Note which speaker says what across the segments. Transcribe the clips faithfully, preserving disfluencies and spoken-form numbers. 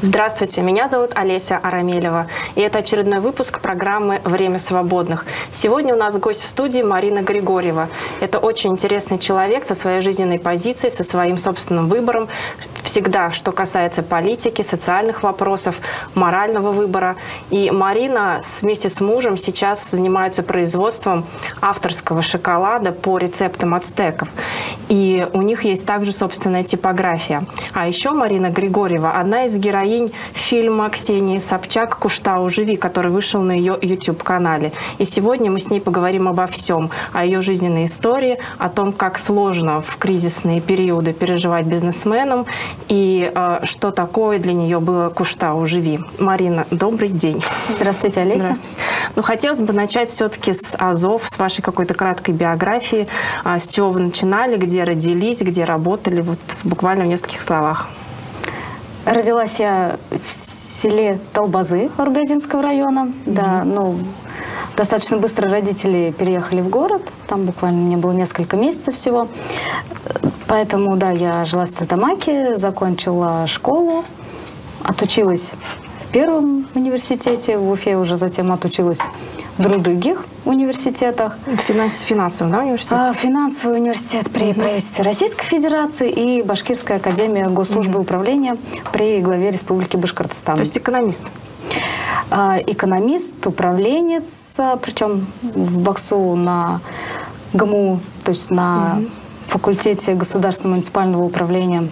Speaker 1: Здравствуйте, меня зовут Олеся Арамелева, и это очередной выпуск программы «Время свободных». Сегодня у нас гость в студии Марина Григорьева. Это очень интересный человек со своей жизненной позицией, со своим собственным выбором. Всегда, что касается политики, социальных вопросов, морального выбора. И Марина вместе с мужем сейчас занимается производством авторского шоколада по рецептам ацтеков. И у них есть также собственная типография. А еще Марина Григорьева – одна из героинь фильма Ксении Собчак «Куштау, живи», который вышел на ее YouTube-канале. И сегодня мы с ней поговорим обо всем. О ее жизненной истории, о том, как сложно в кризисные периоды переживать бизнесменам и э, что такое для нее было «Куштау, живи». Марина, добрый день.
Speaker 2: Здравствуйте, Олеся.
Speaker 1: Здравствуйте. Ну, хотелось бы начать все-таки с азов, с вашей какой-то краткой биографии. А, с чего вы начинали, где родились, где работали, вот буквально в нескольких словах.
Speaker 2: Родилась я в селе Толбазы Оргазинского района. Mm-hmm. Да, ну, достаточно быстро родители переехали в город. Там буквально мне было несколько месяцев всего. Поэтому, да, я жила в Стерлитамаке, закончила школу, отучилась в первом университете в Уфе, уже затем отучилась в других университетах.
Speaker 1: Финанс, финансовый, да, университет? А,
Speaker 2: финансовый университет при угу. правительстве Российской Федерации и Башкирская академия госслужбы угу. управления при главе Республики Башкортостан.
Speaker 1: То есть экономист?
Speaker 2: А, экономист, управленец, причем в Баксу на ГМУ, то есть на угу. факультете государственного муниципального управления.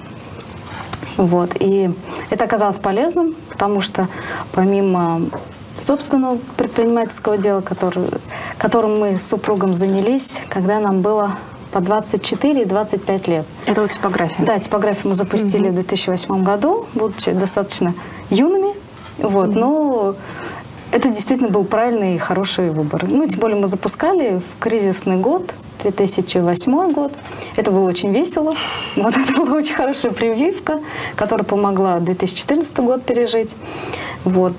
Speaker 2: Вот. И это оказалось полезным, потому что помимо собственного предпринимательского дела, который, которым мы с супругом занялись, когда нам было по двадцать четыре - двадцать пять лет.
Speaker 1: Это вот типография? Да,
Speaker 2: типографию мы запустили mm-hmm. в две тысячи восьмом году, будучи достаточно юными. Вот, mm-hmm. Но это действительно был правильный и хороший выбор. Ну, тем более мы запускали в кризисный год, две тысячи восьмой год. Это было очень весело. Вот это была очень хорошая прививка, которая помогла две тысячи четырнадцатый год пережить. Вот.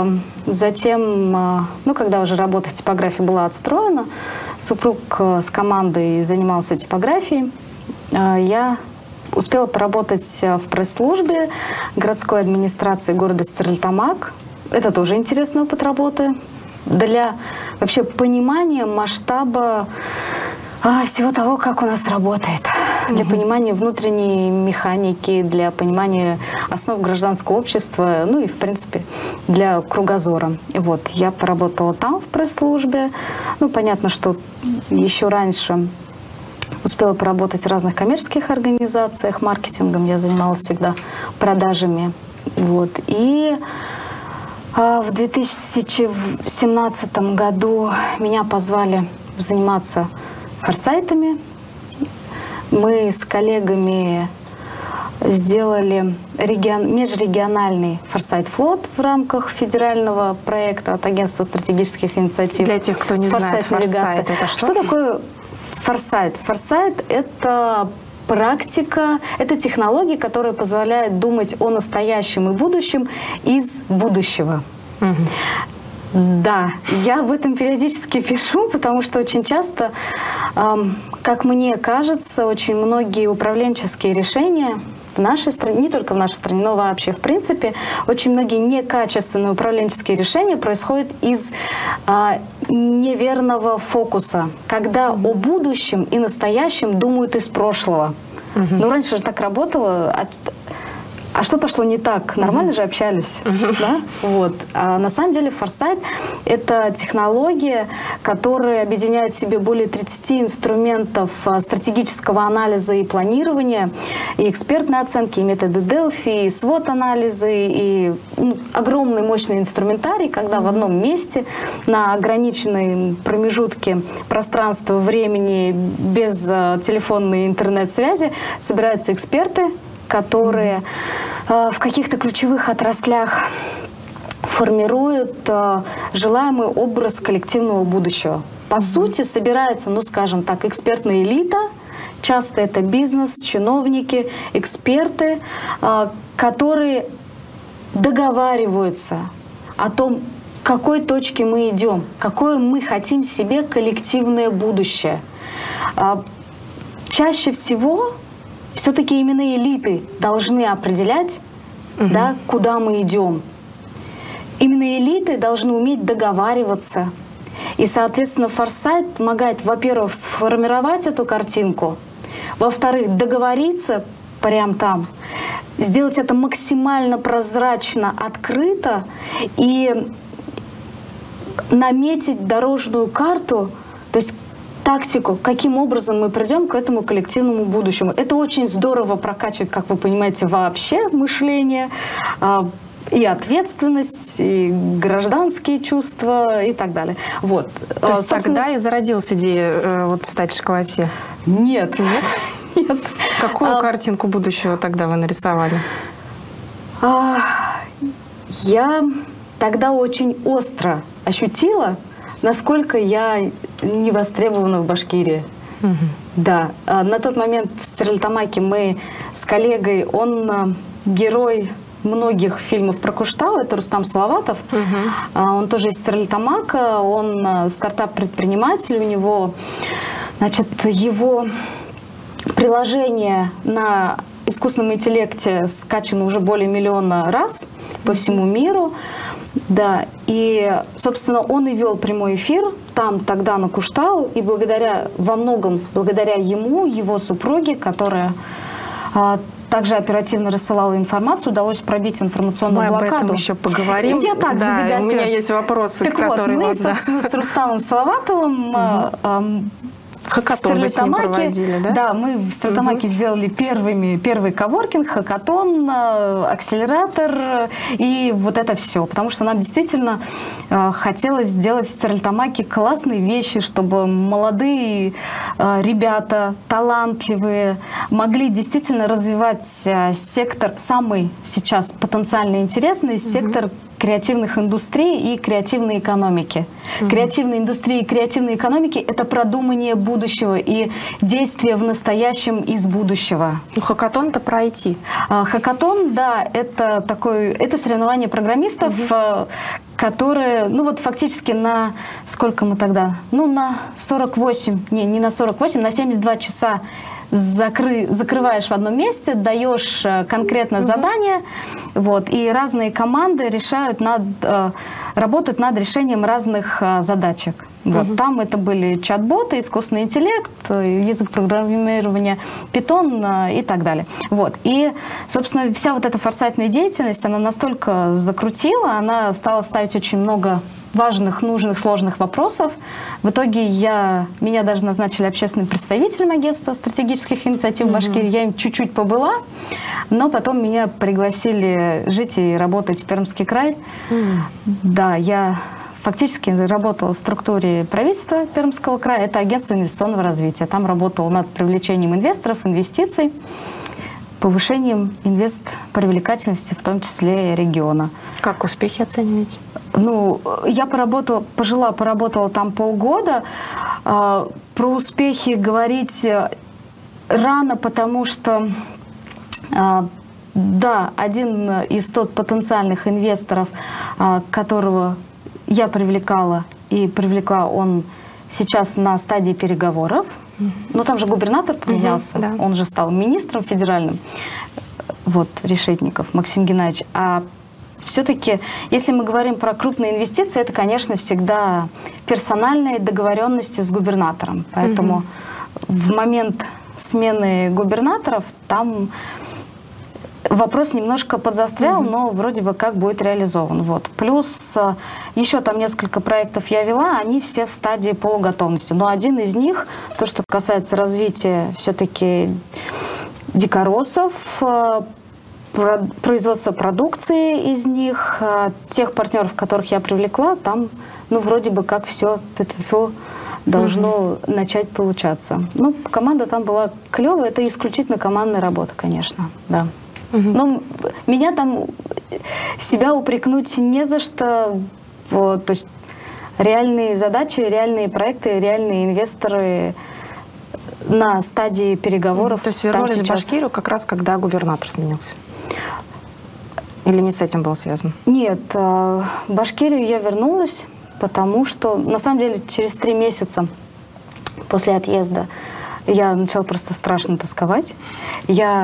Speaker 2: Затем, ну, когда уже работа в типографии была отстроена, супруг с командой занимался типографией. Я успела поработать в пресс-службе городской администрации города Стерлитамак. Это тоже интересный опыт работы. Для вообще понимания масштаба всего того, как у нас работает. Для mm-hmm. понимания внутренней механики, для понимания основ гражданского общества, ну и, в принципе, для кругозора. И вот, я поработала там, в пресс-службе. Ну, понятно, что еще раньше успела поработать в разных коммерческих организациях, маркетингом. Я занималась всегда продажами. Вот. И а, в две тысячи семнадцатом году меня позвали заниматься форсайтами. Мы с коллегами сделали регион, межрегиональный форсайт-флот в рамках федерального проекта от Агентства стратегических инициатив.
Speaker 1: Для тех, кто не знает, форсайт это что?
Speaker 2: Что такое форсайт? Форсайт — это практика, это технология, которая позволяет думать о настоящем и будущем из будущего. Угу. Да, я об этом периодически пишу, потому что очень часто, эм, как мне кажется, очень многие управленческие решения в нашей стране, не только в нашей стране, но вообще в принципе, очень многие некачественные управленческие решения происходят из э, неверного фокуса, когда о будущем и настоящем думают из прошлого. Угу. Ну, раньше же так работало. А, А что пошло не так? Нормально uh-huh. же общались, uh-huh. да? Вот. А на самом деле форсайт — это технология, которая объединяет в себе более тридцати инструментов стратегического анализа и планирования, и экспертной оценки, и методы Делфи, и свод-анализы, и ну, огромный мощный инструментарий, когда uh-huh. в одном месте на ограниченной промежутке пространства, времени, без uh, телефонной интернет-связи собираются эксперты, которые э, в каких-то ключевых отраслях формируют э, желаемый образ коллективного будущего. По mm-hmm. сути, собирается, ну, скажем так, экспертная элита. Часто это бизнес, чиновники, эксперты, э, которые договариваются о том, к какой точке мы идем, какое мы хотим себе коллективное будущее. Э, чаще всего все-таки именно элиты должны определять угу. да, куда мы идем. Именно элиты должны уметь договариваться. И, соответственно, форсайт помогает, во-первых, сформировать эту картинку, во-вторых, договориться прямо там, сделать это максимально прозрачно, открыто и наметить дорожную карту, то есть тактику, каким образом мы придем к этому коллективному будущему. Это очень здорово прокачивает, как вы понимаете, вообще мышление, и ответственность, и гражданские чувства, и так далее. Вот.
Speaker 1: То есть Собственно... тогда и зародилась идея вот, стать шоколадье?
Speaker 2: Нет.
Speaker 1: Нет?
Speaker 2: Нет.
Speaker 1: Какую
Speaker 2: а...
Speaker 1: картинку будущего тогда вы нарисовали?
Speaker 2: А... Я тогда очень остро ощутила, насколько я не востребована в Башкирии. Угу. Да. На тот момент в Стерлитамаке мы с коллегой, он герой многих фильмов про Куштау, это Рустам Салаватов. Угу. Он тоже из Стерлитамака, он стартап-предприниматель, у него, значит, его приложение на искусственном интеллекте скачано уже более миллиона раз по всему миру. Да, и, собственно, он и вел прямой эфир там тогда на Куштау, и благодаря, во многом благодаря ему, его супруге, которая а, также оперативно рассылала информацию, удалось пробить информационную
Speaker 1: мы
Speaker 2: блокаду.
Speaker 1: Мы об этом еще поговорим.
Speaker 2: Я так
Speaker 1: да,
Speaker 2: забегаю.
Speaker 1: У меня есть вопросы,
Speaker 2: так
Speaker 1: которые...
Speaker 2: Вот, мы,
Speaker 1: вот, да.
Speaker 2: собственно, с Рустамом Салаватовым... Угу. А,
Speaker 1: Хакатон вы с ним проводили, да?
Speaker 2: Да, мы в Стерлитамаке угу. сделали первыми, первый коворкинг, хакатон, акселератор и вот это все. Потому что нам действительно э, хотелось сделать в Стерлитамаке классные вещи, чтобы молодые э, ребята, талантливые, могли действительно развивать э, сектор, самый сейчас потенциально интересный угу. сектор креативных индустрий и креативной экономики. Mm-hmm. Креативная индустрия и креативной экономики — это продумание будущего и действие в настоящем из будущего.
Speaker 1: Ну, хакатон — это про ай ти.
Speaker 2: А, хакатон, да, это такое, это соревнование программистов, mm-hmm. которые, ну вот фактически на, сколько мы тогда? Ну, на сорок восемь, не, не на сорок восемь, на семьдесят два часа Закры, закрываешь в одном месте, даешь конкретное угу. задание, вот, и разные команды решают над, работают над решением разных задачек. Вот, угу. Там это были чат-боты, искусственный интеллект, язык программирования, Python и так далее. Вот. И, собственно, вся вот эта форсайтная деятельность, она настолько закрутила, она стала ставить очень много важных, нужных, сложных вопросов. В итоге я, меня даже назначили общественным представителем агентства стратегических инициатив mm-hmm. Башкирии. Я им чуть-чуть побыла, но потом меня пригласили жить и работать в Пермский край. Mm-hmm. Да, я фактически работала в структуре правительства Пермского края. Это агентство инвестиционного развития. Там работала над привлечением инвесторов, инвестиций, повышением инвест-привлекательности, в том числе региона.
Speaker 1: Как успехи оцениваете?
Speaker 2: Ну, я поработала, пожила, поработала там полгода. Про успехи говорить рано, потому что, да, один из тот потенциальных инвесторов, которого я привлекала, и привлекла он сейчас на стадии переговоров. Но там же губернатор поменялся, угу, да. Он же стал министром федеральным, вот, Решетников Максим Геннадьевич. А все-таки, если мы говорим про крупные инвестиции, это, конечно, всегда персональные договоренности с губернатором. Поэтому угу. в момент смены губернаторов там вопрос немножко подзастрял, угу. но вроде бы как будет реализован. Вот. Плюс еще там несколько проектов я вела, они все в стадии полуготовности. Но один из них, то, что касается развития все-таки дикоросов, производства продукции из них, тех партнеров, которых я привлекла, там, ну, вроде бы как все должно mm-hmm. начать получаться. Ну, команда там была клевая, это исключительно командная работа, конечно, да. Mm-hmm. Но меня там, себя упрекнуть не за что, вот, то есть реальные задачи, реальные проекты, реальные инвесторы на стадии переговоров.
Speaker 1: То есть вернулись в Башкирию как раз, когда губернатор сменился? Или не с этим было связано?
Speaker 2: Нет, в Башкирию я вернулась, потому что, на самом деле, через три месяца после отъезда я начала просто страшно тосковать. Я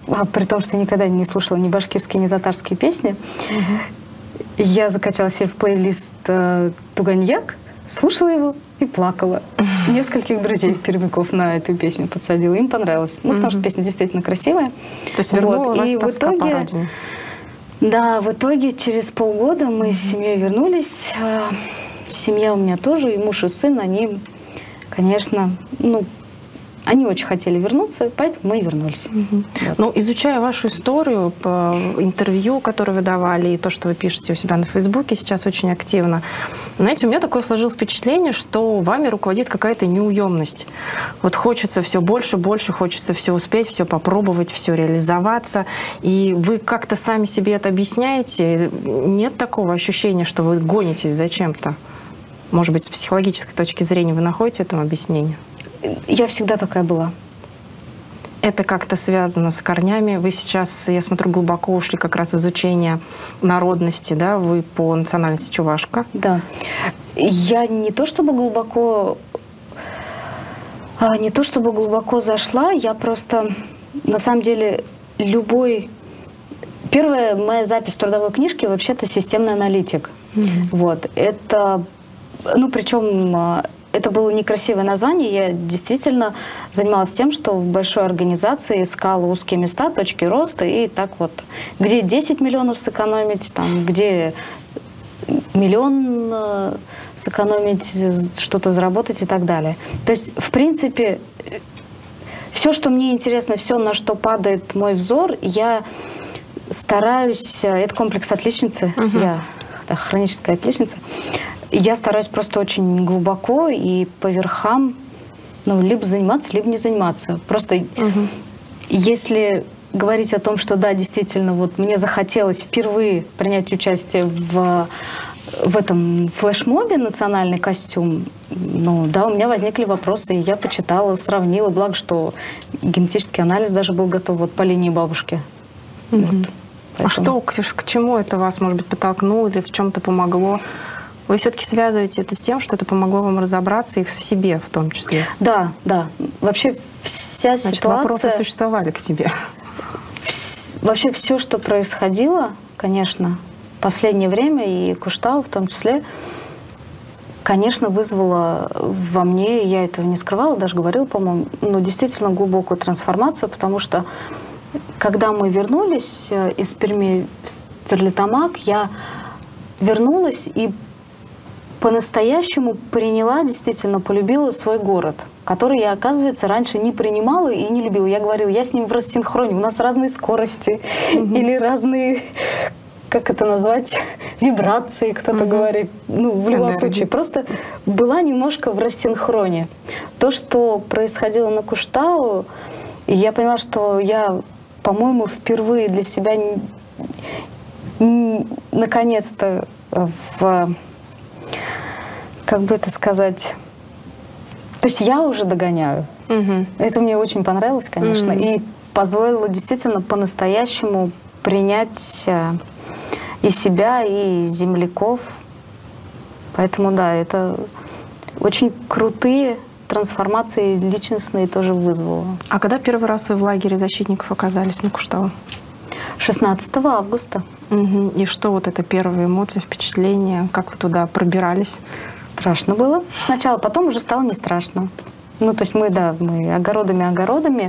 Speaker 2: а при том, что я никогда не слушала ни башкирские, ни татарские песни, угу. я закачала себе в плейлист э, «Туганьяк», слушала его и плакала. Нескольких друзей пермяков на эту песню подсадила. Им понравилось. Ну, потому что песня действительно красивая.
Speaker 1: То есть вернула
Speaker 2: вот.
Speaker 1: вас
Speaker 2: И в итоге, да, в итоге через полгода мы с семьей вернулись. Семья у меня тоже, и муж, и сын, они, конечно, ну, они очень хотели вернуться, поэтому мы и вернулись.
Speaker 1: Угу. Вот. Ну, изучая вашу историю, по интервью, которые вы давали, и то, что вы пишете у себя на Фейсбуке сейчас очень активно, знаете, у меня такое сложилось впечатление, что вами руководит какая-то неуемность. Вот хочется все больше, больше, хочется все успеть, все попробовать, все реализоваться. И вы как-то сами себе это объясняете? Нет такого ощущения, что вы гонитесь за чем-то? Может быть, с психологической точки зрения вы находите этому объяснение?
Speaker 2: Я всегда такая была.
Speaker 1: Это как-то связано с корнями. Вы сейчас, я смотрю, глубоко ушли как раз в изучение народности, да? Вы по национальности чувашка.
Speaker 2: Да. Я не то чтобы глубоко, не то чтобы глубоко зашла, я просто, на самом деле, любой... Первая моя запись в трудовой книжке вообще-то системный аналитик. Mm-hmm. Вот. Это, ну, причем... Это было некрасивое название. Я действительно занималась тем, что в большой организации искала узкие места, точки роста, и так вот, где десять миллионов сэкономить, там, где миллион сэкономить, что-то заработать и так далее. То есть, в принципе, все, что мне интересно, все, на что падает мой взор, я стараюсь... Это комплекс отличницы. Uh-huh. Я да, хроническая отличница. Я стараюсь просто очень глубоко и по верхам, ну, либо заниматься, либо не заниматься. Просто угу. если говорить о том, что да, действительно, вот мне захотелось впервые принять участие в, в этом флешмобе «Национальный костюм», ну да, у меня возникли вопросы, и я почитала, сравнила, благо, что генетический анализ даже был готов вот по линии бабушки.
Speaker 1: Угу. Вот. А что, к, к чему это вас, может быть, подтолкнуло или в чем-то помогло? Вы все-таки связываете это с тем, что это помогло вам разобраться и в себе в том числе?
Speaker 2: Да, да. Вообще вся
Speaker 1: Значит,
Speaker 2: ситуация...
Speaker 1: вопросы существовали к себе.
Speaker 2: Вообще все, что происходило, конечно, в последнее время, и Куштау в том числе, конечно, вызвало во мне, я этого не скрывала, даже говорила, по-моему, ну, действительно глубокую трансформацию, потому что когда мы вернулись из Перми в Стерлитамак, я вернулась и по-настоящему приняла, действительно полюбила свой город, который я, оказывается, раньше не принимала и не любила. Я говорила, я с ним в рассинхроне, у нас разные скорости mm-hmm. или разные, как это назвать, вибрации, кто-то mm-hmm. говорит. Ну, в любом mm-hmm. случае, просто была немножко в рассинхроне. То, что происходило на Куштау, я поняла, что я, по-моему, впервые для себя наконец-то в... Как бы это сказать? То есть я уже догоняю. Угу. Это мне очень понравилось, конечно. Угу. И позволило действительно по-настоящему принять и себя, и земляков. Поэтому, да, это очень крутые трансформации личностные тоже вызвало.
Speaker 1: А когда первый раз вы в лагере защитников оказались на Куштау?
Speaker 2: шестнадцатого августа.
Speaker 1: Угу. И что вот это первые эмоции, впечатления? Как вы туда пробирались?
Speaker 2: Страшно было сначала, потом уже стало не страшно. Ну, то есть мы, да, мы огородами-огородами.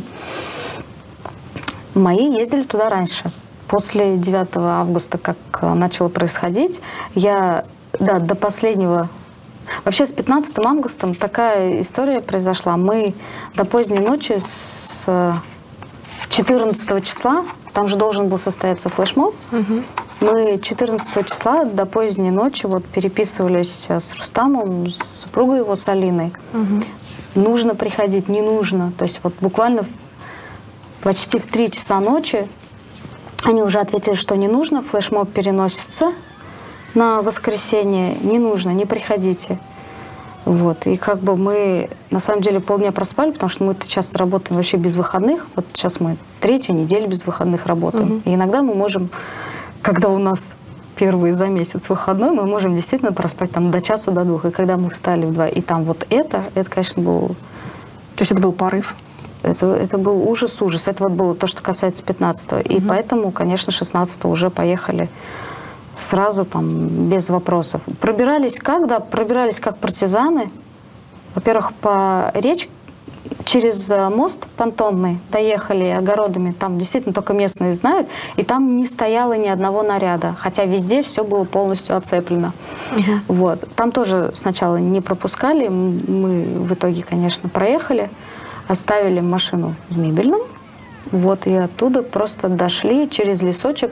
Speaker 2: Мои ездили туда раньше. После девятого августа, как начало происходить, я, да, до последнего... Вообще с пятнадцатым августа такая история произошла. Мы до поздней ночи с четырнадцатого числа, там же должен был состояться флешмоб, угу. Мы четырнадцатого числа до поздней ночи вот переписывались с Рустамом, с супругой его, с Алиной. Угу. Нужно приходить, не нужно. То есть вот буквально почти в три часа ночи они уже ответили, что не нужно, флешмоб переносится на воскресенье, не нужно, не приходите. Вот. И как бы мы на самом деле полдня проспали, потому что мы часто работаем вообще без выходных. Вот сейчас мы третью неделю без выходных работаем. Угу. И иногда мы можем, когда у нас первый за месяц выходной, мы можем действительно проспать там до часу, до двух. И когда мы встали в два, и там вот это, это, конечно, был...
Speaker 1: То есть это был порыв?
Speaker 2: Это, это был ужас-ужас. Это вот было то, что касается пятнадцатого. И угу. поэтому, конечно, шестнадцатого уже поехали сразу там без вопросов. Пробирались как? Да, пробирались как партизаны. Во-первых, по речке, через мост понтонный доехали огородами. Там действительно только местные знают. И там не стояло ни одного наряда. Хотя везде все было полностью оцеплено. Угу. Вот. Там тоже сначала не пропускали. Мы в итоге, конечно, проехали. Оставили машину в Мебельном. Вот. И оттуда просто дошли через лесочек,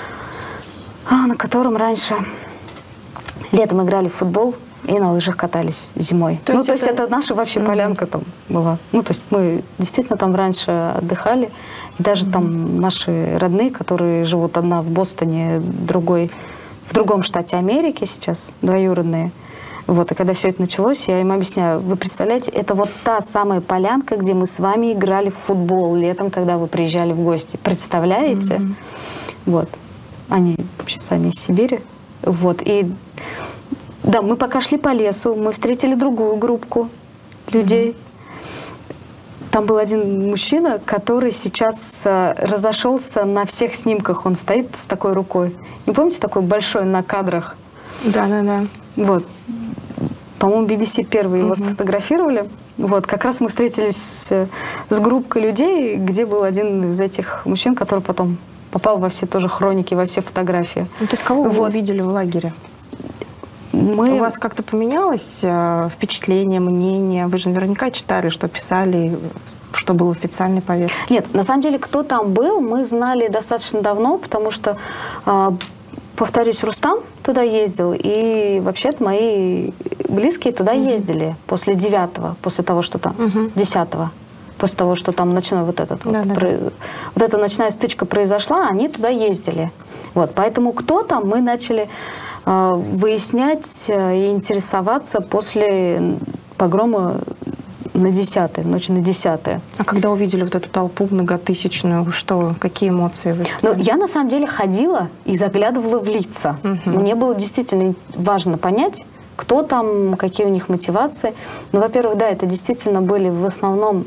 Speaker 2: на котором раньше летом играли в футбол и на лыжах катались зимой. То ну, есть то это... есть это наша вообще mm-hmm. полянка там была. Ну, то есть мы действительно там раньше отдыхали. И даже mm-hmm. там наши родные, которые живут, одна в Бостоне, другой в другом штате Америки сейчас, двоюродные. Вот, и когда все это началось, я им объясняю, вы представляете, это вот та самая полянка, где мы с вами играли в футбол летом, когда вы приезжали в гости. Представляете? Mm-hmm. Вот. Они вообще сами из Сибири. Вот. И да, мы пока шли по лесу, мы встретили другую группку людей. Mm-hmm. Там был один мужчина, который сейчас э, разошелся на всех снимках. Он стоит с такой рукой. Не помните, такой большой на кадрах?
Speaker 1: Да-да-да.
Speaker 2: Вот. По-моему, би би си первые mm-hmm. его сфотографировали. Вот. Как раз мы встретились с, с группкой людей, где был один из этих мужчин, который потом попал во все тоже хроники, во все фотографии.
Speaker 1: Ну, то есть кого вот. Вы увидели в лагере? Мы... У вас как-то поменялось э, впечатление, мнение? Вы же наверняка читали, что писали, что было в официальной повестке.
Speaker 2: Нет, на самом деле, кто там был, мы знали достаточно давно, потому что, э, повторюсь, Рустам туда ездил, и вообще-то мои близкие туда mm-hmm. ездили после девятого, после того, что там, mm-hmm. десятого. После того, что там ночной вот этот, да, вот, да. Про, вот эта ночная стычка произошла, они туда ездили. Вот, поэтому кто там, мы начали э, выяснять э, и интересоваться после погрома на десятое, ночи на десятое.
Speaker 1: А когда увидели вот эту толпу многотысячную, что, какие эмоции вы?
Speaker 2: Ну, я на самом деле ходила и заглядывала в лица. Угу. Мне было действительно важно понять, кто там, какие у них мотивации. Ну, во-первых, да, это действительно были в основном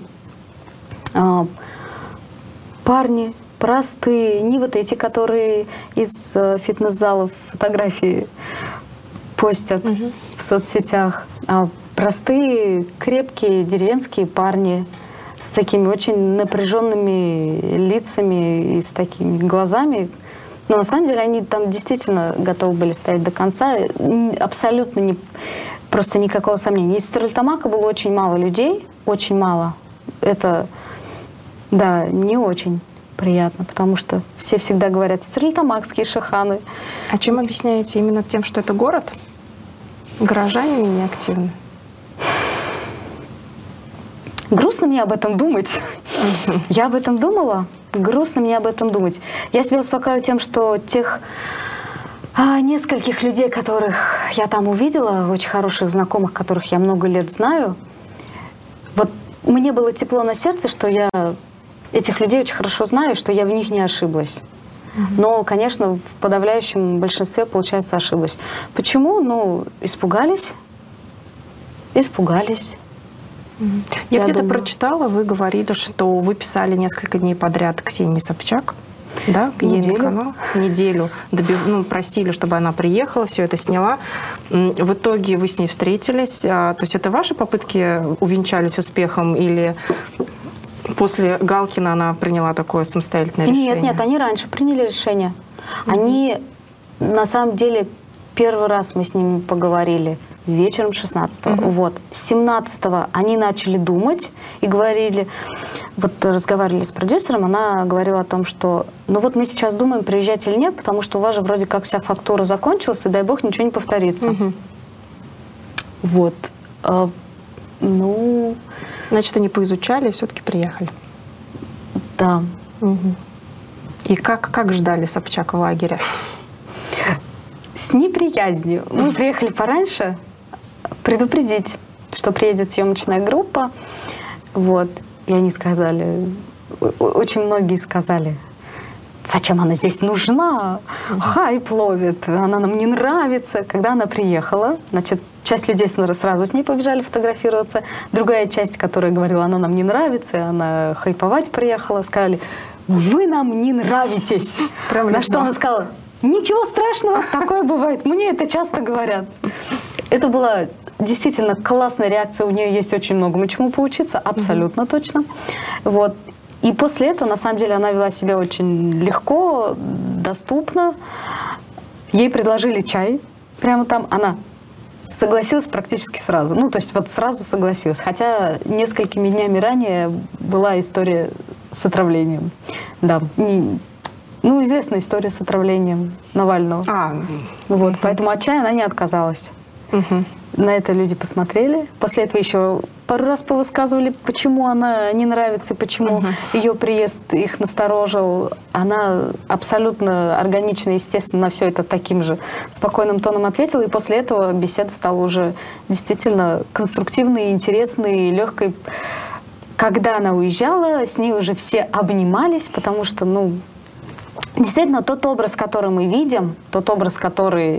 Speaker 2: э, парни, простые, не вот эти, которые из э, фитнес-залов фотографии постят угу. в соцсетях, а простые, крепкие, деревенские парни с такими очень напряженными лицами и с такими глазами. Но на самом деле они там действительно готовы были стоять до конца. Абсолютно не, просто никакого сомнения. Из Стерлитамака было очень мало людей, очень мало. Это, да, не очень приятно, потому что все всегда говорят стерлитамакские шиханы.
Speaker 1: А чем объясняете? Именно тем, что это город? Горожане не активны?
Speaker 2: Грустно мне об этом думать. Я об этом думала. Грустно мне об этом думать. Я себя успокаиваю тем, что тех а, нескольких людей, которых я там увидела, очень хороших знакомых, которых я много лет знаю, вот мне было тепло на сердце, что я этих людей очень хорошо знаю, что я в них не ошиблась. Но, конечно, в подавляющем большинстве, получается, ошиблась. Почему? Ну, испугались. Испугались.
Speaker 1: Я, Я где-то думаю... прочитала, вы говорили, что вы писали несколько дней подряд Ксении Собчак, да, ей на канал, неделю, добив... ну, просили, чтобы она приехала, все это сняла. В итоге вы с ней встретились. То есть это ваши попытки увенчались успехом или после Галкина она приняла такое самостоятельное решение?
Speaker 2: Нет, нет, они раньше приняли решение. Mm-hmm. Они, на самом деле, первый раз мы с ними поговорили вечером шестнадцатого. Mm-hmm. Вот. семнадцатого они начали думать и говорили, вот разговаривали с продюсером, она говорила о том, что ну вот мы сейчас думаем, приезжать или нет, потому что у вас же вроде как вся фактура закончилась, и дай бог ничего не повторится. Mm-hmm. Вот. А, ну...
Speaker 1: Значит, они поизучали и все-таки приехали.
Speaker 2: Да.
Speaker 1: Угу. И как, как ждали Собчак в лагере?
Speaker 2: С неприязнью. Мы приехали пораньше предупредить, что приедет съемочная группа. Вот. И они сказали, очень многие сказали, зачем она здесь нужна? Хайп ловит, она нам не нравится. Когда она приехала, значит, часть людей сразу с ней побежали фотографироваться. Другая часть, которая говорила, она нам не нравится, она хайповать приехала, сказали, вы нам не нравитесь. Прям на что она сказала, ничего страшного, такое бывает, мне это часто говорят. Это была действительно классная реакция, у нее есть очень многому чему поучиться, абсолютно mm-hmm. точно. Вот. И после этого, на самом деле, она вела себя очень легко, доступно. Ей предложили чай прямо там, она согласилась практически сразу. Ну, то есть вот сразу согласилась. Хотя несколькими днями ранее была история с отравлением. Да, не, ну, известная история с отравлением Навального. А. Вот, угу. Поэтому от чая она не отказалась. Угу. На это люди посмотрели. После этого еще пару раз повысказывали, почему она не нравится, почему угу. ее приезд их насторожил. Она абсолютно органично, естественно, на все это таким же спокойным тоном ответила. И после этого беседа стала уже действительно конструктивной, интересной, легкой. Когда она уезжала, с ней уже все обнимались, потому что, ну, действительно, тот образ, который мы видим, тот образ, который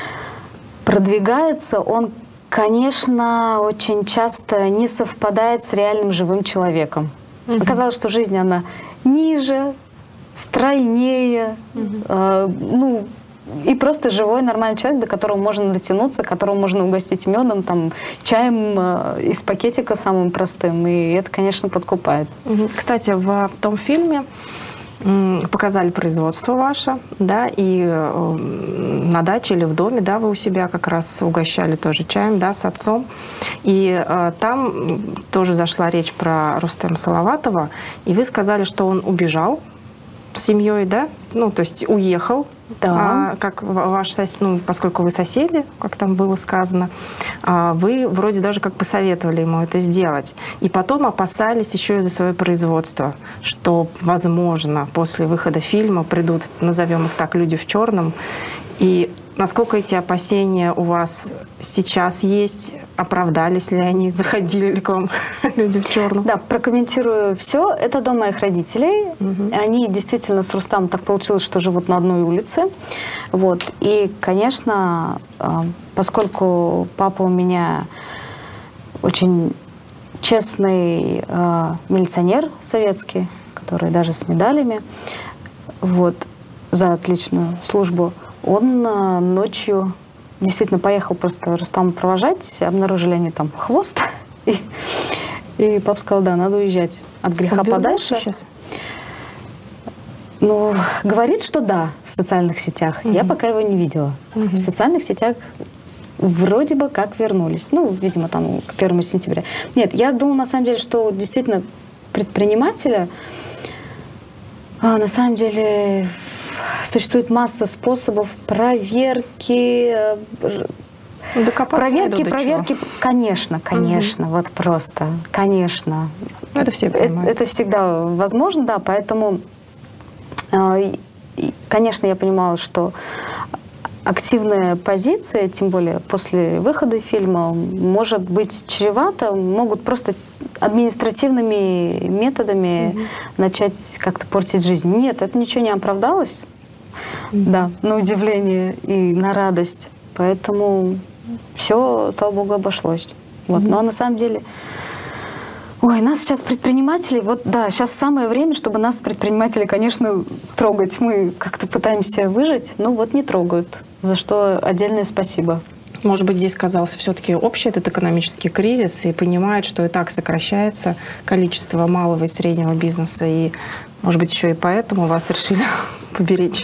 Speaker 2: продвигается, он, конечно, очень часто не совпадает с реальным живым человеком. Mm-hmm. Оказалось, что жизнь, она ниже, стройнее, mm-hmm. э, ну, и просто живой, нормальный человек, до которого можно дотянуться, которого можно угостить медом, там, чаем э, из пакетика самым простым. И это, конечно, подкупает.
Speaker 1: Mm-hmm. Кстати, в том фильме показали производство ваше, да, и э, на даче или в доме, да, вы у себя как раз угощали тоже чаем, да, с отцом. И э, там тоже зашла речь про Рустема Салаватова, и вы сказали, что он убежал с семьей, да, ну, то есть уехал, да. а, как ваш сосед, ну, поскольку вы соседи, как там было сказано, а, вы вроде даже как посоветовали ему это сделать. И потом опасались еще и за свое производство, что, возможно, после выхода фильма придут, назовем их так, люди в черном. И насколько эти опасения у вас сейчас есть? Оправдались ли они? Заходили ли к вам люди в черном?
Speaker 2: Да, прокомментирую все. Это дом моих родителей. Угу. Они действительно с Рустамом так получилось, что живут на одной улице. Вот. И, конечно, поскольку папа у меня очень честный э, милиционер советский, который даже с медалями, вот, за отличную службу, он э, ночью действительно поехал просто Рустама провожать. Обнаружили они там хвост. И, и папа сказал, да, надо уезжать от греха подальше. Сейчас? Ну, говорит, что да, в социальных сетях. Угу. Я пока его не видела. Угу. В социальных сетях вроде бы как вернулись. Ну, видимо, там к первому сентября. Нет, я думаю, на самом деле, что действительно предпринимателя а, на самом деле существует масса способов проверки, проверки, проверки, чего? конечно, конечно, угу. вот просто, конечно.
Speaker 1: Это все понимают.
Speaker 2: Это, это всегда возможно, да, поэтому, конечно, я понимала, что активная позиция, тем более после выхода фильма, может быть чревата, могут просто административными методами mm-hmm. начать как-то портить жизнь. Нет, это ничего не оправдалось. Mm-hmm. Да, на удивление и на радость. Поэтому все, слава богу, обошлось. Вот. Mm-hmm. Но на самом деле, ой, нас сейчас предприниматели, вот да, сейчас самое время, чтобы нас предприниматели, конечно, трогать. Мы как-то пытаемся выжить, но вот не трогают. За что отдельное спасибо.
Speaker 1: Может быть, здесь сказался все-таки общий этот экономический кризис и понимает, что и так сокращается количество малого и среднего бизнеса. И, может быть, еще и поэтому вас решили поберечь.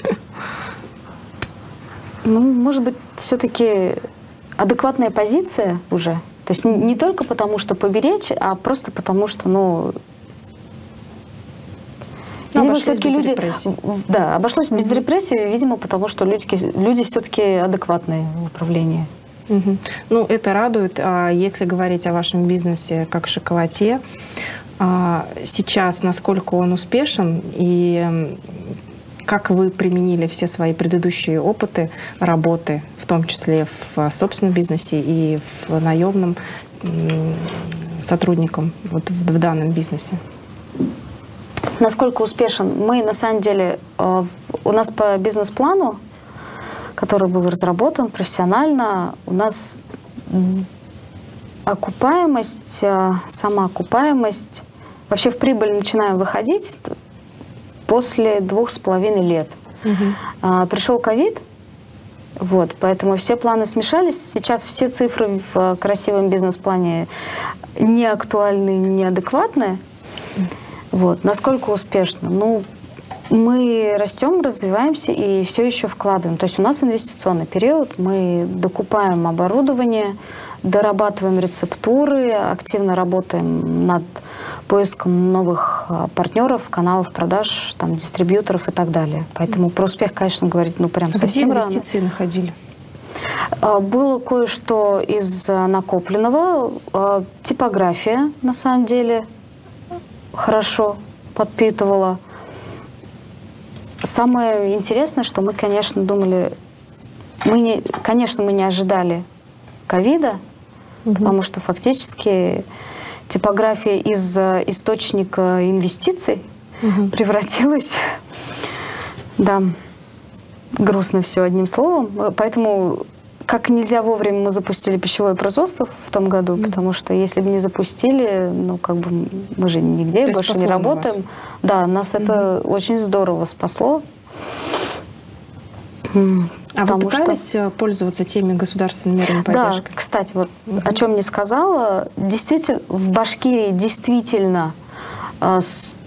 Speaker 2: Ну, может быть, все-таки адекватная позиция уже. То есть не только потому, что поберечь, а просто потому, что, ну... Видимо, все-таки люди... Репрессий. Да, обошлось без mm-hmm. репрессий, видимо, потому что люди, люди все-таки адекватные в управлении.
Speaker 1: Mm-hmm. Ну, это радует. Если говорить о вашем бизнесе как шоколатье, сейчас насколько он успешен и как вы применили все свои предыдущие опыты работы, в том числе в собственном бизнесе и в наемном сотрудникам вот в данном бизнесе?
Speaker 2: Насколько успешен? Мы, на самом деле, у нас по бизнес-плану, который был разработан профессионально, у нас окупаемость, сама окупаемость, вообще в прибыль начинаем выходить после двух с половиной лет. Угу. Пришел ковид, вот, поэтому все планы смешались. Сейчас все цифры в красивом бизнес-плане не актуальны, неадекватны. Вот. Насколько успешно? Ну, мы растем, развиваемся и все еще вкладываем. То есть у нас инвестиционный период, мы докупаем оборудование, дорабатываем рецептуры, активно работаем над поиском новых партнеров, каналов продаж, там, дистрибьюторов и так далее. Поэтому про успех, конечно, говорить ну прям
Speaker 1: а
Speaker 2: совсем рано.
Speaker 1: Где инвестиции находили?
Speaker 2: Было кое-что из накопленного. Типография, на самом деле, хорошо подпитывала. Самое интересное, что мы, конечно, думали, мы не, конечно, мы не ожидали ковида, угу. потому что фактически типография из источника инвестиций угу. превратилась, да, грустно все одним словом. Поэтому как нельзя вовремя мы запустили пищевое производство в том году, mm. потому что если бы не запустили, ну как бы мы же нигде больше не работаем. Вас. Да, нас mm. это очень здорово спасло.
Speaker 1: А вы пытались что... пользоваться теми государственными мерами поддержки?
Speaker 2: Да, кстати, вот mm-hmm. о чем не сказала. Действительно, в Башкирии действительно э,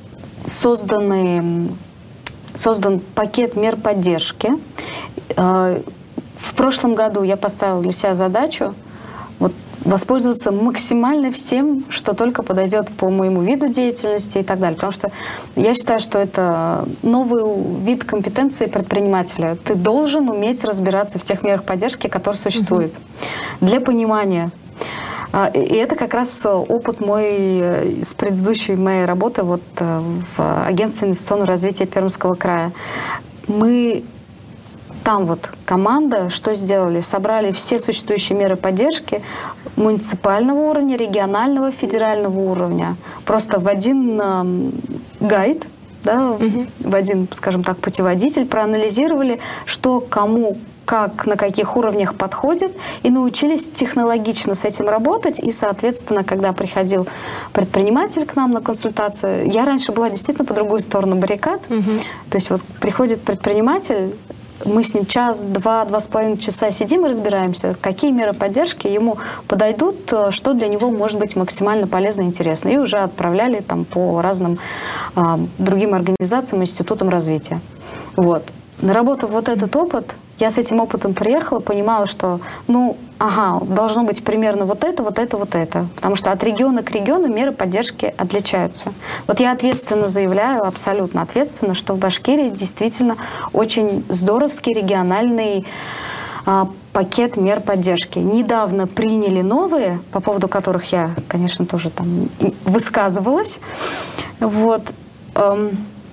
Speaker 2: созданы, создан пакет мер поддержки. Э, В прошлом году я поставила для себя задачу вот, воспользоваться максимально всем, что только подойдет по моему виду деятельности и так далее. Потому что я считаю, что это новый вид компетенции предпринимателя. Ты должен уметь разбираться в тех мерах поддержки, которые существуют. Mm-hmm. Для понимания. И это как раз опыт мой с предыдущей моей работы вот, в агентстве инвестиционного развития Пермского края. Мы... Там вот команда что сделали? Собрали все существующие меры поддержки муниципального уровня, регионального, федерального уровня. Просто в один э, гайд, да, угу. в один, скажем так, путеводитель проанализировали, что кому, как, на каких уровнях подходит, и научились технологично с этим работать. И, соответственно, когда приходил предприниматель к нам на консультацию, я раньше была действительно по другую сторону баррикад. Угу. То есть вот приходит предприниматель, мы с ним час, два, два с половиной часа сидим и разбираемся, какие меры поддержки ему подойдут, что для него может быть максимально полезно и интересно. И уже отправляли там по разным а, другим организациям, институтам развития. Вот. Наработав вот этот опыт, я с этим опытом приехала, понимала, что, ну, ага, должно быть примерно вот это, вот это, вот это. Потому что от региона к региону меры поддержки отличаются. Вот я ответственно заявляю, абсолютно ответственно, что в Башкирии действительно очень здоровский региональный а, пакет мер поддержки. Недавно приняли новые, по поводу которых я, конечно, тоже там высказывалась. Вот. Эм,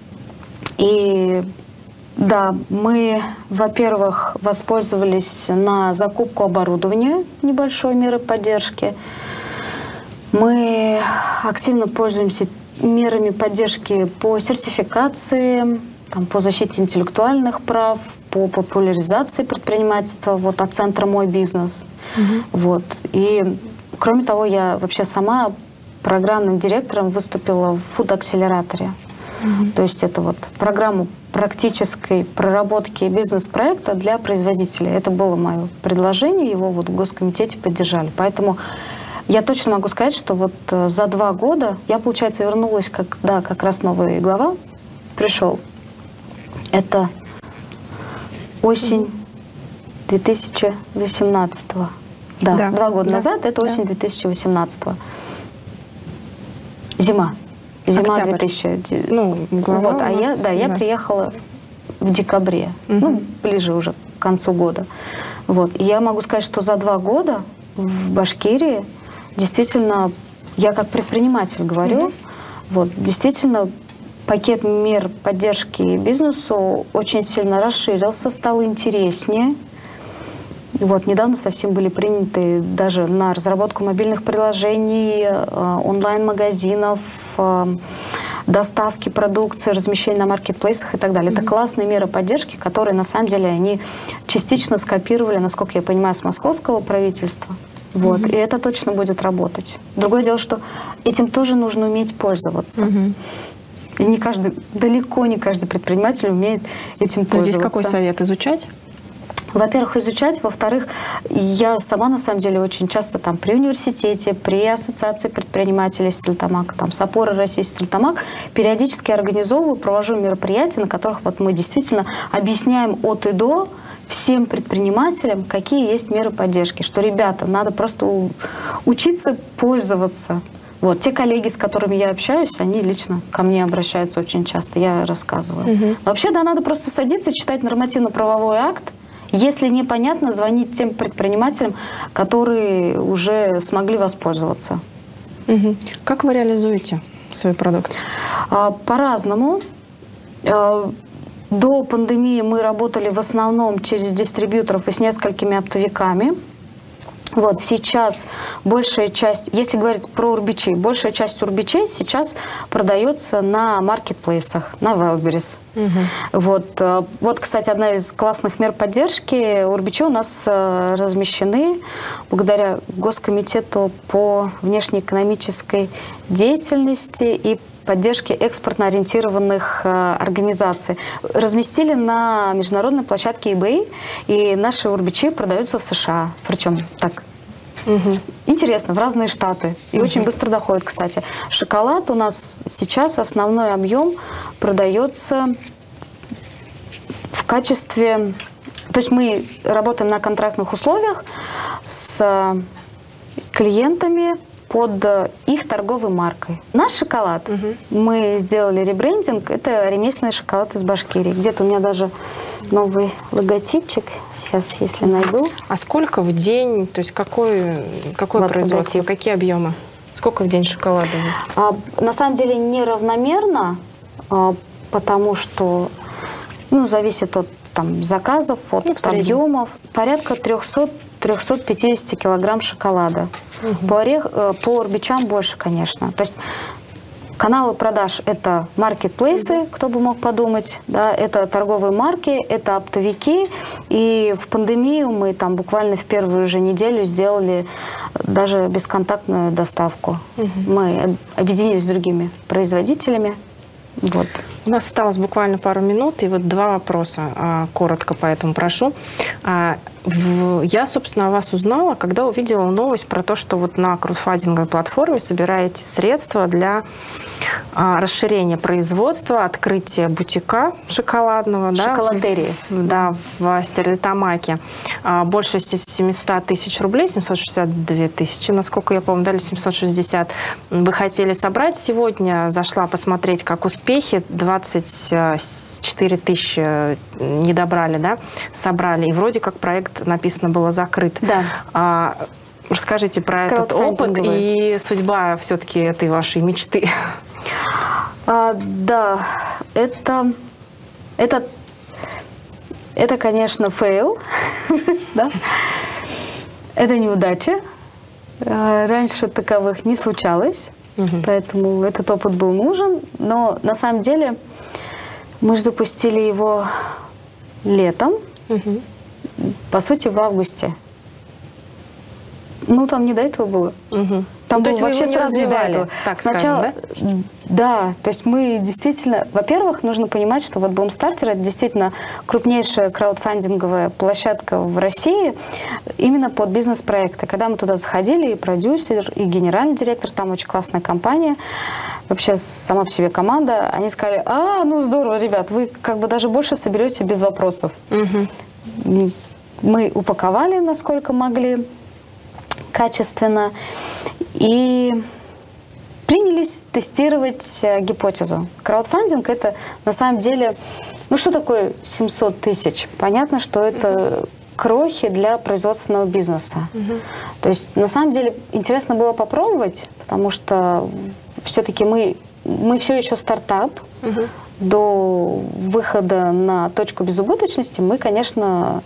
Speaker 2: и... Да, мы, во-первых, воспользовались на закупку оборудования небольшой меры поддержки. Мы активно пользуемся мерами поддержки по сертификации, там, по защите интеллектуальных прав, по популяризации предпринимательства вот, от центра «Мой бизнес». Угу. Вот. И, кроме того, я вообще сама программным директором выступила в фуд-акселераторе. Угу. То есть это вот программу практической проработки бизнес-проекта для производителей. Это было мое предложение, его вот в Госкомитете поддержали. Поэтому я точно могу сказать, что вот за два года я, получается, вернулась, когда как раз новый глава пришел. Это осень две тысячи восемнадцатого. Да, да, два года да, назад, это осень да. две тысячи восемнадцатого. Зима. Зима две тысячи. Ну, вот, а я, да, я приехала в декабре, угу. ну, ближе уже к концу года. Вот. И я могу сказать, что за два года в Башкирии действительно, я как предприниматель говорю, угу. вот, действительно пакет мер поддержки бизнесу очень сильно расширился, стал интереснее. И вот недавно совсем были приняты даже на разработку мобильных приложений, онлайн-магазинов, доставки продукции, размещения на маркетплейсах и так далее. Mm-hmm. Это классные меры поддержки, которые на самом деле они частично скопировали, насколько я понимаю, с московского правительства. Вот,
Speaker 1: Угу.
Speaker 2: и это точно будет работать. Другое дело, что этим тоже нужно уметь пользоваться.
Speaker 1: Угу.
Speaker 2: И не каждый, далеко не каждый предприниматель умеет этим
Speaker 1: Но
Speaker 2: пользоваться.
Speaker 1: здесь какой совет? Изучать?
Speaker 2: Во-первых, изучать. Во-вторых, я сама, на самом деле, очень часто там при университете, при ассоциации предпринимателей Стерлитамака, там, с опорой России Стерлитамак, периодически организовываю, провожу мероприятия, на которых вот мы действительно объясняем от и до всем предпринимателям, какие есть меры поддержки. Что, ребята, надо просто учиться пользоваться. Вот, те коллеги, с которыми я общаюсь, они лично ко мне обращаются очень часто, я рассказываю.
Speaker 1: Угу.
Speaker 2: Вообще, да, надо просто садиться, читать нормативно-правовой акт. Если непонятно, звонить тем предпринимателям, которые уже смогли воспользоваться.
Speaker 1: Угу. Как вы реализуете свою продукцию?
Speaker 2: А, по-разному. А, до пандемии мы работали в основном через дистрибьюторов и с несколькими оптовиками. Вот сейчас большая часть, если говорить про урбичей, большая часть урбичей сейчас продается на маркетплейсах, на Wildberries. Угу. Вот, вот, кстати, одна из классных мер поддержки. Урбичи у нас размещены благодаря Госкомитету по внешнеэкономической деятельности и поддержки экспортно-ориентированных э, организаций. Разместили на международной площадке eBay, и наши урбичи продаются в США. Причем так угу. интересно, в разные штаты. И угу. очень быстро доходит, кстати. Шоколад у нас сейчас основной объем продается в качестве... То есть мы работаем на контрактных условиях с клиентами под их торговой маркой. Наш шоколад, угу. мы сделали ребрендинг, это ремесленный шоколад из Башкирии. Где-то у меня даже новый логотипчик, сейчас, если найду.
Speaker 1: А сколько в день, то есть какое, какое вот производство, логотип. Какие объемы? Сколько в день шоколада?
Speaker 2: А, на самом деле неравномерно, а, потому что ну, зависит от там, заказов, от ну, объемов. Порядка триста — триста пятьдесят килограмм шоколада. Угу. По, орех, по урбичам больше, конечно. То есть каналы продаж – это маркетплейсы, угу. кто бы мог подумать, да, это торговые марки, это оптовики. И в пандемию мы там буквально в первую же неделю сделали даже бесконтактную доставку. Угу. Мы объединились с другими производителями. Вот.
Speaker 1: У нас осталось буквально пару минут, и вот два вопроса, коротко поэтому прошу. Я, собственно, о вас узнала, когда увидела новость про то, что вот на краудфандинговой платформе собираете средства для расширения производства, открытия бутика шоколадного.
Speaker 2: Шоколадерии.
Speaker 1: Да, в Стерлитамаке. Больше семьсот тысяч рублей, семьсот шестьдесят две тысячи, насколько я помню, дали семьсот шестьдесят. Вы хотели собрать. Сегодня зашла посмотреть, как успехи. двадцать четыре тысячи не добрали, да, собрали. И вроде как проект, написано, было закрыт.
Speaker 2: Да.
Speaker 1: А, расскажите про этот опыт и судьба все-таки этой вашей мечты.
Speaker 2: А, да, это, это, это, конечно, фейл, да? Это неудача. Раньше таковых не случалось, угу. поэтому этот опыт был нужен. Но на самом деле мы же запустили его летом, угу. по сути, в августе. Ну, там не до этого было. Угу. Там
Speaker 1: ну,
Speaker 2: было вообще сразу не до этого.
Speaker 1: Так
Speaker 2: Сначала,
Speaker 1: скажем, да?
Speaker 2: Да, то есть мы действительно, во-первых, нужно понимать, что вот Бумстартер — это действительно крупнейшая краудфандинговая площадка в России именно под бизнес-проекты. Когда мы туда заходили, и продюсер, и генеральный директор, там очень классная компания, вообще сама по себе команда, они сказали: а, ну здорово, ребят, вы как бы даже больше соберете без вопросов. Угу. Мы упаковали, насколько могли, качественно, и принялись тестировать гипотезу. Краудфандинг — это на самом деле, ну что такое семьсот тысяч? Понятно, что это крохи для производственного бизнеса. Угу. То есть на самом деле интересно было попробовать, потому что все-таки мы, мы все еще стартап. Угу. До выхода на точку безубыточности мы, конечно,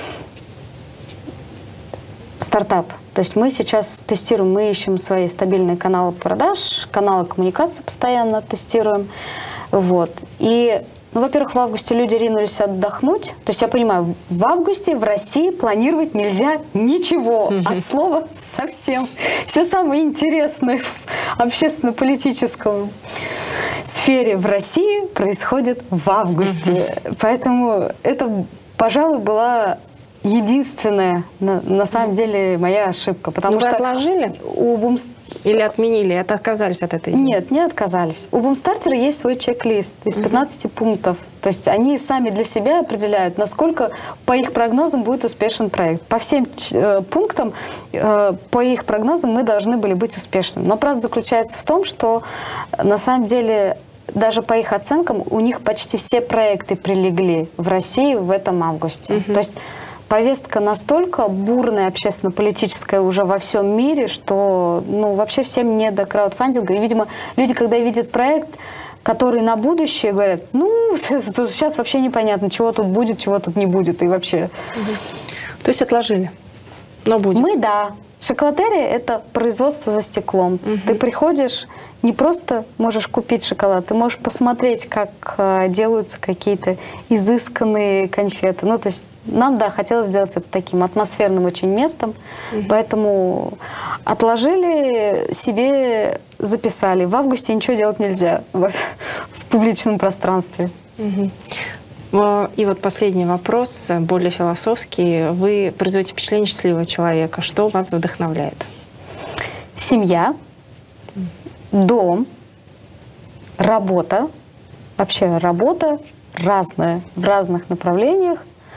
Speaker 2: стартап. То есть мы сейчас тестируем, мы ищем свои стабильные каналы продаж, каналы коммуникации постоянно тестируем. Вот. И Ну, во-первых, в августе люди ринулись отдохнуть. То есть я понимаю, в августе в России планировать нельзя ничего. От слова совсем. Все самое интересное в общественно-политическом сфере в России происходит в августе. Поэтому это, пожалуй, была единственная, на, на самом деле, моя ошибка. Потому
Speaker 1: Но
Speaker 2: что
Speaker 1: вы отложили?
Speaker 2: У Бумс...
Speaker 1: Или отменили, это отказались от этой идеи?
Speaker 2: Нет, не отказались. У Бумстартера есть свой чек-лист из пятнадцати uh-huh. пунктов. То есть они сами для себя определяют, насколько по их прогнозам будет успешен проект. По всем э, пунктам, э, по их прогнозам, мы должны были быть успешными. Но правда заключается в том, что на самом деле даже по их оценкам у них почти все проекты прилегли в России в этом августе. Uh-huh. То есть повестка настолько бурная, общественно-политическая уже во всем мире, что ну, вообще всем не до краудфандинга. И, видимо, люди, когда видят проект, который на будущее, говорят, ну, сейчас вообще непонятно, чего тут будет, чего тут не будет. И вообще...
Speaker 1: Угу. То есть отложили, но будет?
Speaker 2: Мы, да. Шоколадерия – это производство за стеклом. Угу. Ты приходишь, не просто можешь купить шоколад, ты можешь посмотреть, как э, делаются какие-то изысканные конфеты. Ну, то есть нам, да, хотелось сделать это таким атмосферным очень местом, угу. Поэтому отложили, себе записали. В августе ничего делать нельзя в, в публичном пространстве.
Speaker 1: Угу. И вот последний вопрос, более философский. Вы производите впечатление счастливого человека. Что вас вдохновляет?
Speaker 2: Семья, дом, работа. Вообще работа разная, в разных направлениях.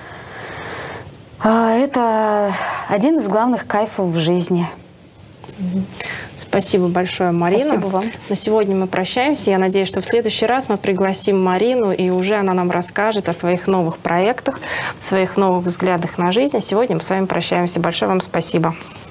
Speaker 2: Это один из главных кайфов в жизни.
Speaker 1: Спасибо большое, Марина.
Speaker 2: Спасибо вам.
Speaker 1: На сегодня мы прощаемся. Я надеюсь, что в следующий раз мы пригласим Марину, и уже она нам расскажет о своих новых проектах, своих новых взглядах на жизнь. А сегодня мы с вами прощаемся. Большое вам спасибо.